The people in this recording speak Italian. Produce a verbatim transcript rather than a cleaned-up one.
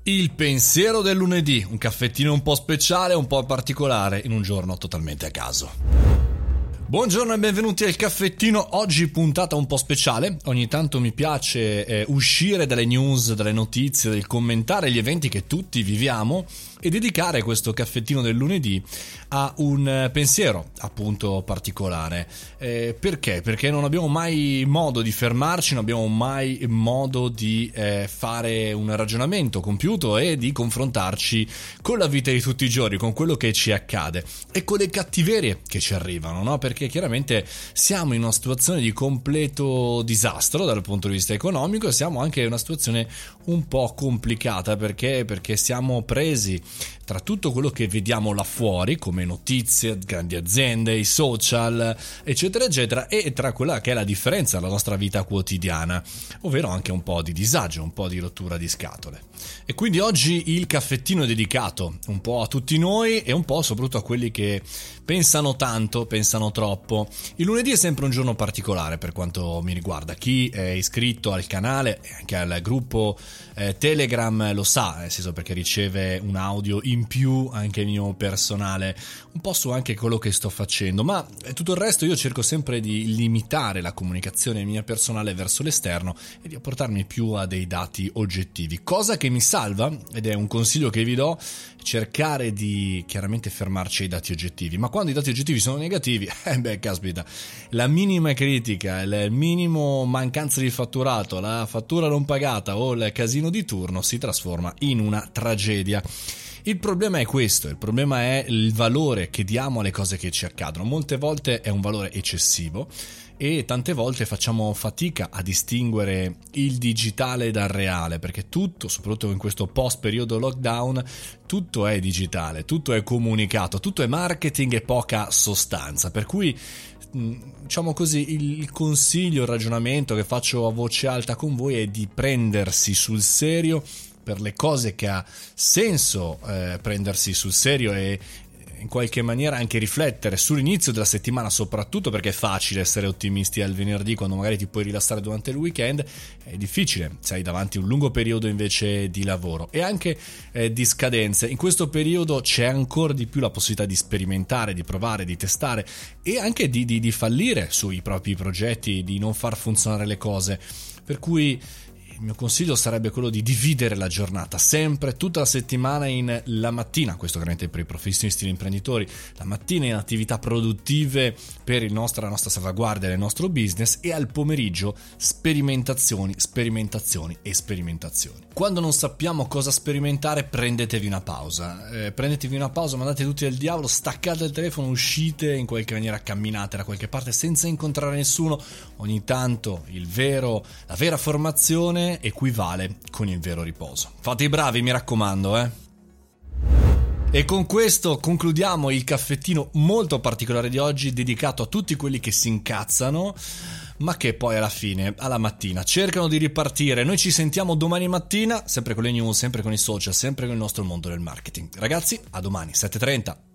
Il pensiero del lunedì, un caffettino un po' speciale, un po' particolare, in un giorno totalmente a caso. Buongiorno e benvenuti al caffettino, oggi puntata un po' speciale. Ogni tanto mi piace eh, uscire dalle news, dalle notizie, del commentare gli eventi che tutti viviamo e dedicare questo caffettino del lunedì a un pensiero appunto particolare. Eh, perché? Perché non abbiamo mai modo di fermarci, non abbiamo mai modo di eh, fare un ragionamento compiuto e di confrontarci con la vita di tutti i giorni, con quello che ci accade e con le cattiverie che ci arrivano, no? Perché chiaramente siamo in una situazione di completo disastro dal punto di vista economico e siamo anche in una situazione un po' complicata perché perché siamo presi tra tutto quello che vediamo là fuori come notizie, grandi aziende, i social, eccetera eccetera, e tra quella che è la differenza della nostra vita quotidiana, ovvero anche un po' di disagio, un po' di rottura di scatole. E quindi oggi il caffettino è dedicato un po' a tutti noi e un po' soprattutto a quelli che pensano tanto, pensano troppo. Il lunedì è sempre un giorno particolare per quanto mi riguarda. Chi è iscritto al canale e anche al gruppo eh, Telegram lo sa, nel senso perché riceve un audio in più anche mio personale, un po' su anche quello che sto facendo, ma tutto il resto io cerco sempre di limitare la comunicazione mia personale verso l'esterno e di apportarmi più a dei dati oggettivi, cosa che mi salva, ed è un consiglio che vi do, cercare di chiaramente fermarci ai dati oggettivi, ma quando i dati oggettivi sono negativi, eh beh caspita, la minima critica, il minimo mancanza di fatturato, la fattura non pagata o il casino di turno si trasforma in una tragedia. Il problema è questo, il problema è il valore che diamo alle cose che ci accadono. Molte volte è un valore eccessivo e tante volte facciamo fatica a distinguere il digitale dal reale, perché tutto, soprattutto in questo post periodo lockdown, tutto è digitale, tutto è comunicato, tutto è marketing e poca sostanza, per cui diciamo così il consiglio, il ragionamento che faccio a voce alta con voi è di prendersi sul serio per le cose che ha senso eh, prendersi sul serio e in qualche maniera anche riflettere sull'inizio della settimana, soprattutto perché è facile essere ottimisti al venerdì quando magari ti puoi rilassare durante il weekend, è difficile se hai davanti un lungo periodo invece di lavoro e anche eh, di scadenze. In questo periodo c'è ancora di più la possibilità di sperimentare, di provare, di testare e anche di, di, di fallire sui propri progetti, di non far funzionare le cose, per cui il mio consiglio sarebbe quello di dividere la giornata sempre, tutta la settimana in la mattina, questo chiaramente per i professionisti e gli imprenditori, la mattina in attività produttive per il nostro, la nostra salvaguardia del nostro business e al pomeriggio sperimentazioni, sperimentazioni e sperimentazioni. Quando non sappiamo cosa sperimentare prendetevi una pausa, eh, prendetevi una pausa, mandate tutti al diavolo, staccate il telefono, uscite in qualche maniera, camminate da qualche parte senza incontrare nessuno, ogni tanto il vero, la vera formazione equivale con il vero riposo. Fate i bravi, mi raccomando, eh. E con questo concludiamo il caffettino molto particolare di oggi, dedicato a tutti quelli che si incazzano, ma che poi alla fine, alla mattina, cercano di ripartire. Noi ci sentiamo domani mattina, sempre con le news, sempre con i social, sempre con il nostro mondo del marketing. Ragazzi, a domani, sette e trenta.